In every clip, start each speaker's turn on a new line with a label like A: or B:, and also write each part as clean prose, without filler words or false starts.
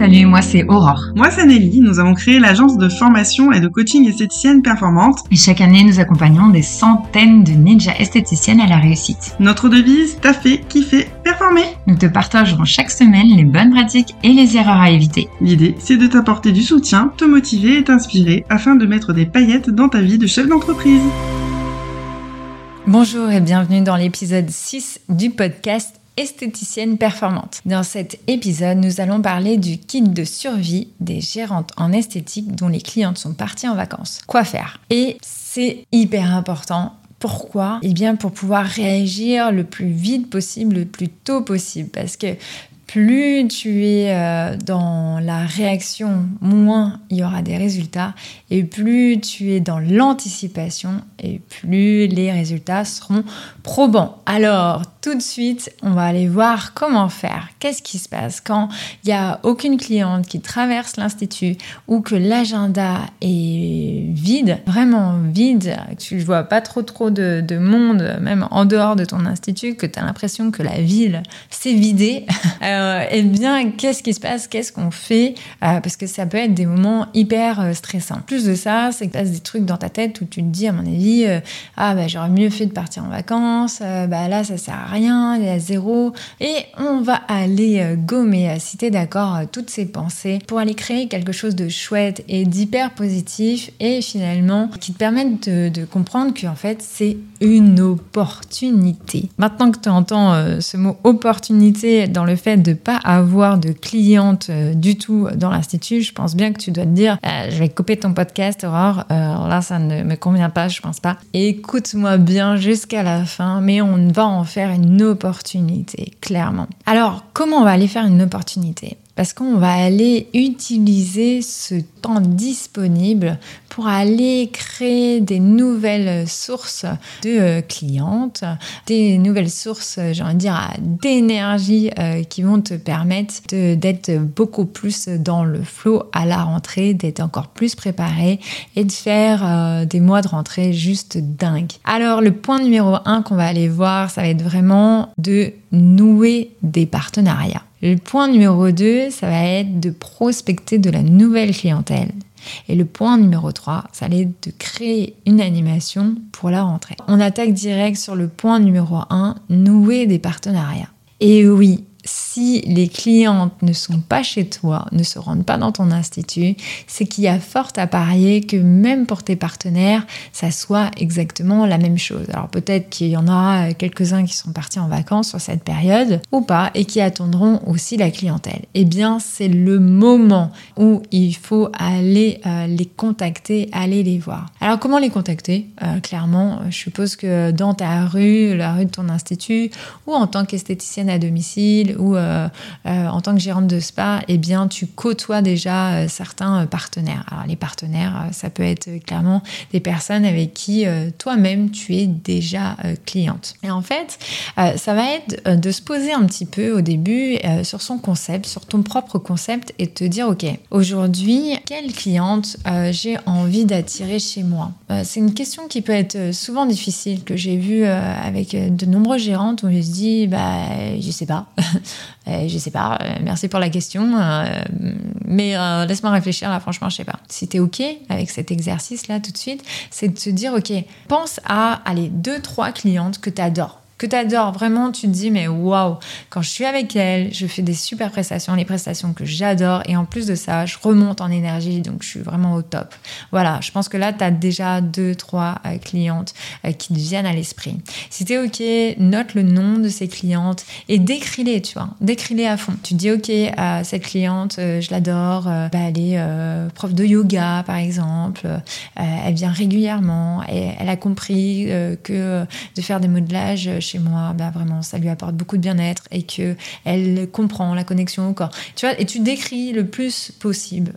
A: Salut, moi c'est Aurore.
B: Moi c'est Nelly, nous avons créé l'agence de formation et de coaching esthéticienne performante.
A: Et chaque année, nous accompagnons des centaines de ninjas esthéticiennes à la réussite.
B: Notre devise, taffer, kiffer, performer.
A: Nous te partagerons chaque semaine les bonnes pratiques et les erreurs à éviter.
B: L'idée, c'est de t'apporter du soutien, te motiver et t'inspirer afin de mettre des paillettes dans ta vie de chef d'entreprise.
C: Bonjour et bienvenue dans l'épisode 6 du podcast Esthéticienne performante. Dans cet épisode, nous allons parler du kit de survie des gérantes en esthétique dont les clientes sont parties en vacances. Quoi faire ? Et c'est hyper important. Pourquoi ? Eh bien, pour pouvoir réagir le plus vite possible, le plus tôt possible. Parce que plus tu es dans la réaction, moins il y aura des résultats. Et plus tu es dans l'anticipation, et plus les résultats seront probants. Alors, tout de suite, on va aller voir comment faire. Qu'est-ce qui se passe quand il n'y a aucune cliente qui traverse l'institut ou que l'agenda est vide, vraiment vide, que tu ne vois pas trop de monde, même en dehors de ton institut, que tu as l'impression que la ville s'est vidée. Eh bien, qu'est-ce qui se passe ? Qu'est-ce qu'on fait ? Parce que ça peut être des moments hyper stressants. Plus de ça, c'est que tu as des trucs dans ta tête où tu te dis, à mon avis, j'aurais mieux fait de partir en vacances, là, ça sert à rien, il est à zéro. Et on va aller gommer, si t'es d'accord, toutes ces pensées pour aller créer quelque chose de chouette et d'hyper positif et finalement qui te permettent de comprendre qu'en fait, c'est une opportunité. Maintenant que tu entends ce mot opportunité dans le fait de pas avoir de clientes du tout dans l'institut, je pense bien que tu dois te dire je vais couper ton podcast, Aurore, là ça ne me convient pas, je pense pas. Écoute-moi bien jusqu'à la fin, mais on va en faire une opportunité, clairement. Alors, comment on va aller faire une opportunité ? Parce qu'on va aller utiliser ce temps disponible pour aller créer des nouvelles sources de clientes, des nouvelles sources, j'ai envie de dire, d'énergie qui vont te permettre d'être beaucoup plus dans le flow à la rentrée, d'être encore plus préparé et de faire des mois de rentrée juste dingues. Alors, le point numéro 1 qu'on va aller voir, ça va être vraiment de nouer des partenariats. Le point numéro 2, ça va être de prospecter de la nouvelle clientèle. Et le point numéro 3, ça va être de créer une animation pour la rentrée. On attaque direct sur le point numéro 1, nouer des partenariats. Et oui, si les clientes ne sont pas chez toi, ne se rendent pas dans ton institut, c'est qu'il y a fort à parier que même pour tes partenaires, ça soit exactement la même chose. Alors peut-être qu'il y en aura quelques-uns qui sont partis en vacances sur cette période ou pas et qui attendront aussi la clientèle. Eh bien, c'est le moment où il faut aller les contacter, aller les voir. Alors comment les contacter ? Clairement, je suppose que dans ta rue, la rue de ton institut ou en tant qu'esthéticienne à domicile ou en tant que gérante de spa, eh bien, tu côtoies déjà certains partenaires. Alors, les partenaires, ça peut être clairement des personnes avec qui toi-même, tu es déjà cliente. Et en fait, ça va être de se poser un petit peu au début sur son concept, sur ton propre concept et de te dire, OK, aujourd'hui, quelle cliente j'ai envie d'attirer chez moi ? C'est une question qui peut être souvent difficile, que j'ai vue avec de nombreuses gérantes où je se dis, je sais pas. Je sais pas, merci pour la question, mais laisse-moi réfléchir là, franchement, je sais pas. Si t'es OK avec cet exercice-là tout de suite, c'est de se dire, OK, pense à, 2-3 clientes que t'adores. Vraiment, tu te dis, mais waouh, quand je suis avec elle, je fais des super prestations, les prestations que j'adore, et en plus de ça, je remonte en énergie, donc je suis vraiment au top. Voilà, je pense que là, tu as déjà 2-3 clientes qui te viennent à l'esprit. Si t'es OK, note le nom de ces clientes et décris-les à fond. Tu te dis, OK, cette cliente, je l'adore, elle est prof de yoga, par exemple, elle vient régulièrement, et elle a compris que de faire des modelages chez moi, vraiment, ça lui apporte beaucoup de bien-être et qu'elle comprend la connexion au corps. Tu vois, et tu décris le plus possible.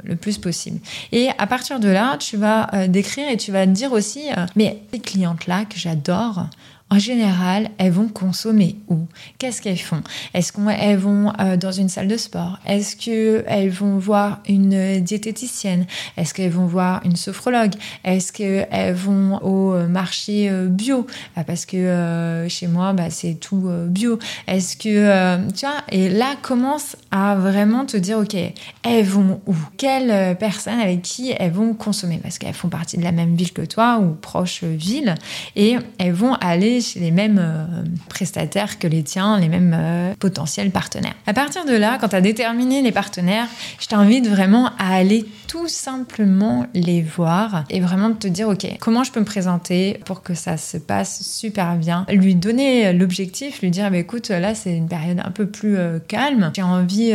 C: Et à partir de là, tu vas décrire et tu vas te dire aussi, mais ces clientes-là que j'adore, en général, elles vont consommer où? Qu'est-ce qu'elles font? Est-ce qu'elles vont dans une salle de sport? Est-ce qu'elles vont voir une diététicienne? Est-ce qu'elles vont voir une sophrologue? Est-ce qu'elles vont au marché bio? Parce que chez moi, c'est tout bio. Est-ce que... tu vois, et là, commence à vraiment te dire, ok, elles vont où? Quelles personnes avec qui elles vont consommer? Parce qu'elles font partie de la même ville que toi ou proche ville, et elles vont aller chez les mêmes prestataires que les tiens, les mêmes potentiels partenaires. À partir de là, quand tu as déterminé les partenaires, je t'invite vraiment à aller tout simplement les voir et vraiment te dire, ok, comment je peux me présenter pour que ça se passe super bien? Lui donner l'objectif, lui dire, écoute, là c'est une période un peu plus calme, j'ai envie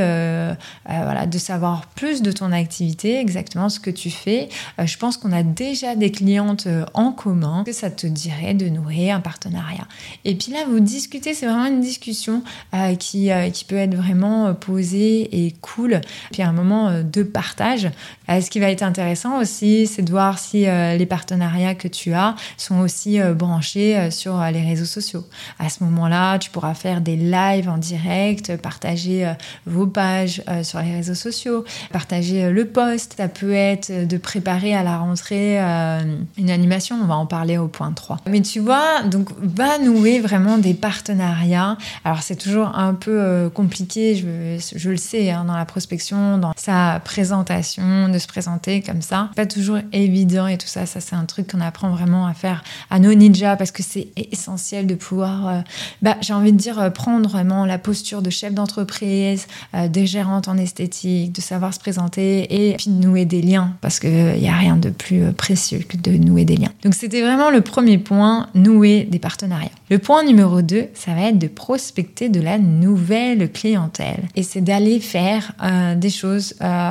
C: de savoir plus de ton activité, exactement ce que tu fais. Je pense qu'on a déjà des clientes en commun, que ça te dirait de nouer un partenariat. Et puis là, vous discutez, c'est vraiment une discussion qui peut être vraiment posée et cool. Puis un moment de partage. Ce qui va être intéressant aussi, c'est de voir si les partenariats que tu as sont aussi branchés sur les réseaux sociaux. À ce moment-là, tu pourras faire des lives en direct, partager vos pages sur les réseaux sociaux, partager le post. Ça peut être de préparer à la rentrée une animation, on va en parler au point 3. Mais tu vois, donc va nouer vraiment des partenariats. Alors c'est toujours un peu compliqué, je le sais, dans la prospection, dans sa présentation, de se présenter comme ça. C'est pas toujours évident et tout ça. Ça, c'est un truc qu'on apprend vraiment à faire à nos ninjas parce que c'est essentiel de pouvoir, j'ai envie de dire, prendre vraiment la posture de chef d'entreprise, de gérante en esthétique, de savoir se présenter et puis de nouer des liens parce qu'il n'y a rien de plus précieux que de nouer des liens. Donc, c'était vraiment le premier point, nouer des partenariats. Le point numéro 2, ça va être de prospecter de la nouvelle clientèle. Et c'est d'aller faire des choses,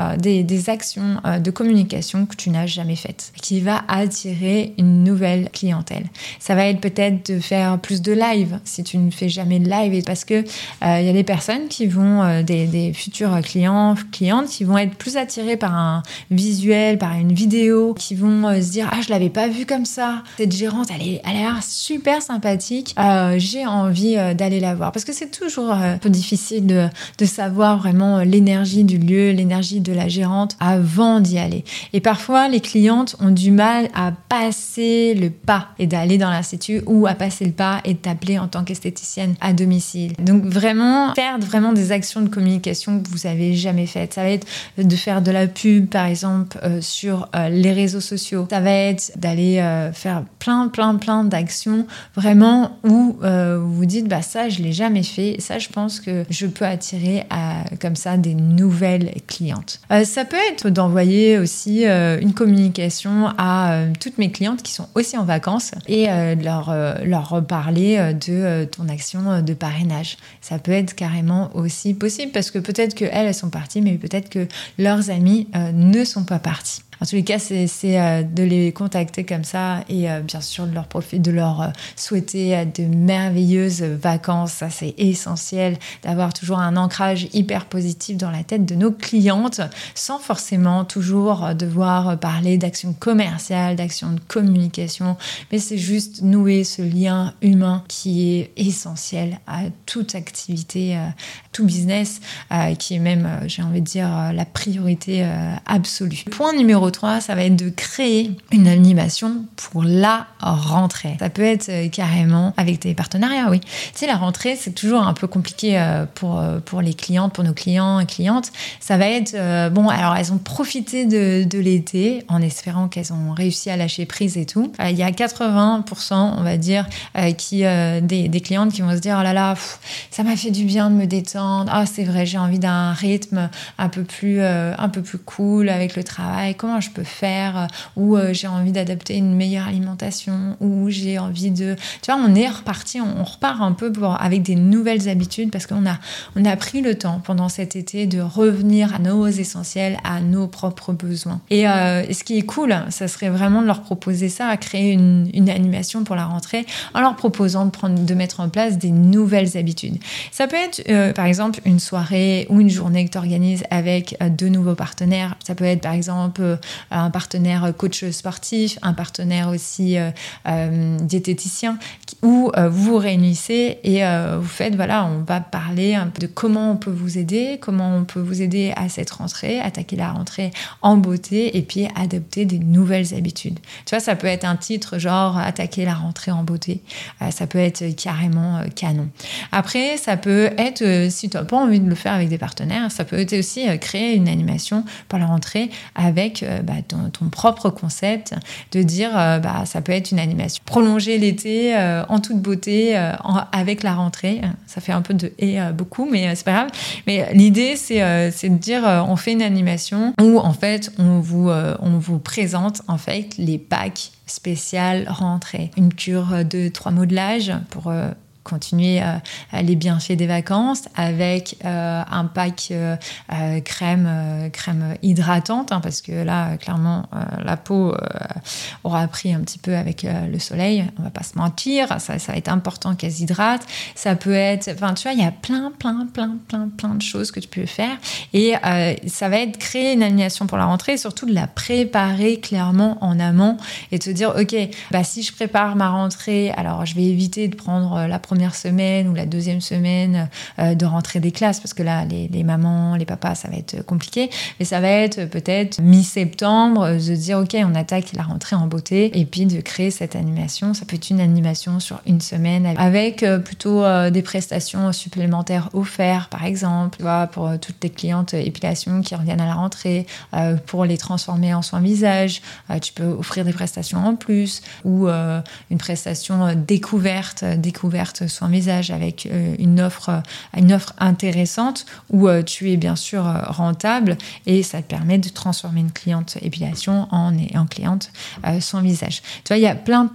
C: des actions de communication que tu n'as jamais faites, qui va attirer une nouvelle clientèle. Ça va être peut-être de faire plus de live, si tu ne fais jamais de live, parce que y a des personnes qui vont, des futurs clientes qui vont être plus attirés par un visuel, par une vidéo, qui vont se dire « Ah, je l'avais pas vue comme ça, cette gérante, elle a l'air super sympathique, j'ai envie d'aller la voir. » Parce que c'est toujours un peu difficile de savoir vraiment l'énergie du lieu, l'énergie de la gérante avant d'y aller. Et parfois, les clientes ont du mal à passer le pas et d'aller dans l'institut ou à passer le pas et de t'appeler en tant qu'esthéticienne à domicile. Donc vraiment, faire vraiment des actions de communication que vous avez jamais faites. Ça va être de faire de la pub, par exemple, sur les réseaux sociaux. Ça va être d'aller faire plein d'actions vraiment où vous vous dites, ça, je l'ai jamais fait. Ça, je pense que je peux attirer comme ça des nouvelles clientes. Ça peut être d'envoyer aussi une communication à toutes mes clientes qui sont aussi en vacances et leur parler de ton action de parrainage. Ça peut être carrément aussi possible parce que peut-être qu'elles sont parties, mais peut-être que leurs amis ne sont pas partis. En tous les cas, c'est de les contacter comme ça et bien sûr de leur souhaiter de merveilleuses vacances. Ça, c'est essentiel d'avoir toujours un ancrage hyper positif dans la tête de nos clientes sans forcément toujours devoir parler d'actions commerciales, d'actions de communication. Mais c'est juste nouer ce lien humain qui est essentiel à toute activité, tout business, qui est même, j'ai envie de dire, la priorité absolue. Point numéro 3, ça va être de créer une animation pour la rentrée. Ça peut être carrément avec tes partenariats, oui. Tu sais, la rentrée, c'est toujours un peu compliqué pour les clientes, pour nos clients et clientes. Ça va être, alors elles ont profité de l'été en espérant qu'elles ont réussi à lâcher prise et tout. Il y a 80%, on va dire, des clientes qui vont se dire, oh là là, ça m'a fait du bien de me détendre. Ah, c'est vrai, j'ai envie d'un rythme un peu plus cool avec le travail. Comment je peux faire, ou j'ai envie d'adapter une meilleure alimentation, ou j'ai envie de... Tu vois, on est reparti, on repart un peu avec des nouvelles habitudes parce qu'on a pris le temps pendant cet été de revenir à nos essentiels, à nos propres besoins. Et ce qui est cool, ça serait vraiment de leur proposer ça, à créer une animation pour la rentrée en leur proposant de mettre en place des nouvelles habitudes. Ça peut être, par exemple, une soirée ou une journée que tu organises avec de nouveaux partenaires. Ça peut être, par exemple, un partenaire coach sportif, un partenaire aussi diététicien, où vous vous réunissez et vous faites, voilà, on va parler un peu de comment on peut vous aider à cette rentrée, attaquer la rentrée en beauté et puis adopter des nouvelles habitudes. Tu vois, ça peut être un titre genre attaquer la rentrée en beauté. Ça peut être carrément canon. Après, ça peut être, si tu n'as pas envie de le faire avec des partenaires, ça peut être aussi créer une animation pour la rentrée avec ton propre concept, de dire, ça peut être une animation. Prolonger l'été en toute beauté avec la rentrée. Ça fait un peu de beaucoup, mais c'est pas grave. Mais l'idée, c'est de dire, on fait une animation où, en fait, on vous présente, en fait, les packs spéciales rentrée. Une cure de 3 modelage pour continuer les bienfaits des vacances avec un pack crème hydratante, parce que là, clairement, la peau aura pris un petit peu avec le soleil, on va pas se mentir, ça va être important qu'elle s'hydrate. Ça peut être, tu vois, il y a plein de choses que tu peux faire et ça va être créer une animation pour la rentrée et surtout de la préparer clairement en amont et te dire, ok, si je prépare ma rentrée, alors je vais éviter de prendre la première semaine ou la deuxième semaine de rentrée des classes parce que là les mamans, les papas, ça va être compliqué, mais ça va être peut-être mi-septembre de dire ok, on attaque la rentrée en beauté et puis de créer cette animation. Ça peut être une animation sur une semaine avec plutôt des prestations supplémentaires offertes, par exemple, tu vois, pour toutes tes clientes épilation qui reviennent à la rentrée, pour les transformer en soins visage, tu peux offrir des prestations en plus ou une prestation découverte soins visage avec une offre intéressante où tu es bien sûr rentable et ça te permet de transformer une cliente épilation en cliente soins visage. Tu vois, il y a plein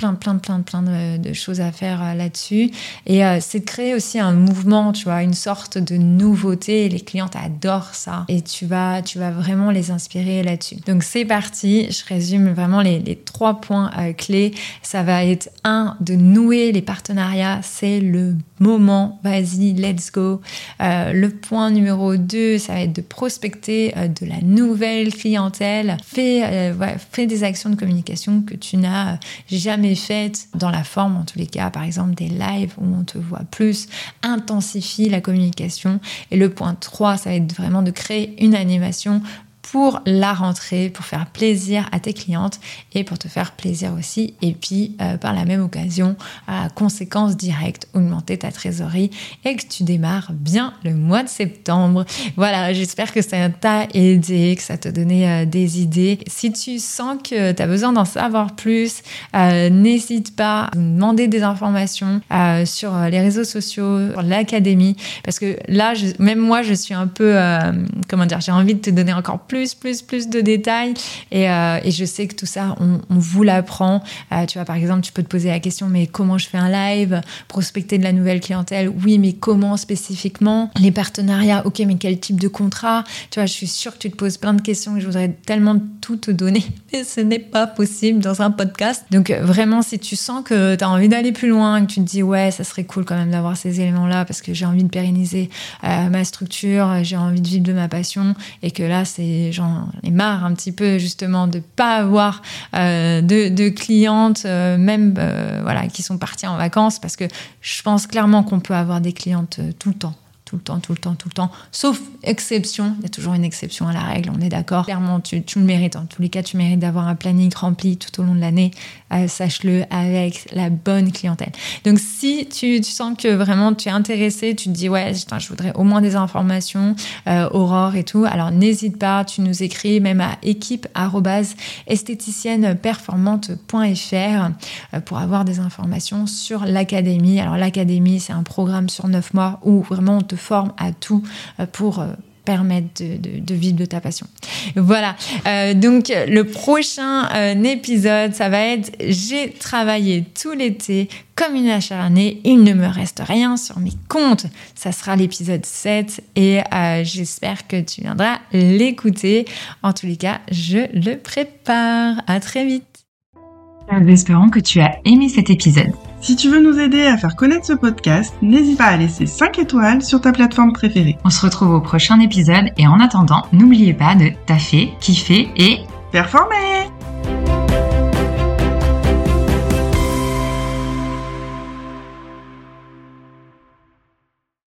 C: de choses à faire là-dessus et c'est de créer aussi un mouvement, tu vois, une sorte de nouveauté. Les clientes adorent ça et tu vas vraiment les inspirer là-dessus. Donc c'est parti, je résume vraiment les 3 points clés. Ça va être 1, de nouer les partenariats, c'est le moment, vas-y, let's go. Le point numéro 2, ça va être de prospecter de la nouvelle clientèle. Fais des actions de communication que tu n'as jamais faites dans la forme, en tous les cas, par exemple des lives où on te voit plus. Intensifie la communication. Et le point 3, ça va être vraiment de créer une animation pour la rentrée, pour faire plaisir à tes clientes et pour te faire plaisir aussi. Et puis, par la même occasion, à conséquence directe, augmenter ta trésorerie et que tu démarres bien le mois de septembre. Voilà, j'espère que ça t'a aidé, que ça t'a donné des idées. Si tu sens que tu as besoin d'en savoir plus, n'hésite pas à me demander des informations sur les réseaux sociaux, sur l'académie, parce que là, même moi, je suis un peu, j'ai envie de te donner encore plus de détails et je sais que tout ça on vous l'apprend. Tu vois, par exemple, tu peux te poser la question, mais comment je fais un live, prospecter de la nouvelle clientèle, oui, mais comment spécifiquement, les partenariats, ok, mais quel type de contrat, tu vois, je suis sûre que tu te poses plein de questions et je voudrais tellement tout te donner, mais ce n'est pas possible dans un podcast. Donc vraiment, si tu sens que tu as envie d'aller plus loin, que tu te dis ouais, ça serait cool quand même d'avoir ces éléments là parce que j'ai envie de pérenniser ma structure, j'ai envie de vivre de ma passion et que là j'en ai marre un petit peu justement de pas avoir de clientes qui sont parties en vacances, parce que je pense clairement qu'on peut avoir des clientes tout le temps, sauf exception. Il y a toujours une exception à la règle, on est d'accord. Clairement, tu le mérites. En tous les cas, tu mérites d'avoir un planning rempli tout au long de l'année. Sache-le, avec la bonne clientèle. Donc, si tu sens que vraiment tu es intéressé, tu te dis ouais, je voudrais au moins des informations, Aurore et tout, alors n'hésite pas, tu nous écris même à équipe@esthéticienneperformante.fr pour avoir des informations sur l'académie. Alors l'académie, c'est un programme sur 9 mois où vraiment on te forme à tout pour permettre de vivre de ta passion. Voilà, donc le prochain épisode, ça va être j'ai travaillé tout l'été comme une acharnée, il ne me reste rien sur mes comptes. Ça sera l'épisode 7 et j'espère que tu viendras l'écouter. En tous les cas, je le prépare. À très vite.
A: Nous espérons que tu as aimé cet épisode.
B: Si tu veux nous aider à faire connaître ce podcast, n'hésite pas à laisser 5 étoiles sur ta plateforme préférée.
A: On se retrouve au prochain épisode et en attendant, n'oubliez pas de taffer, kiffer et
B: performer!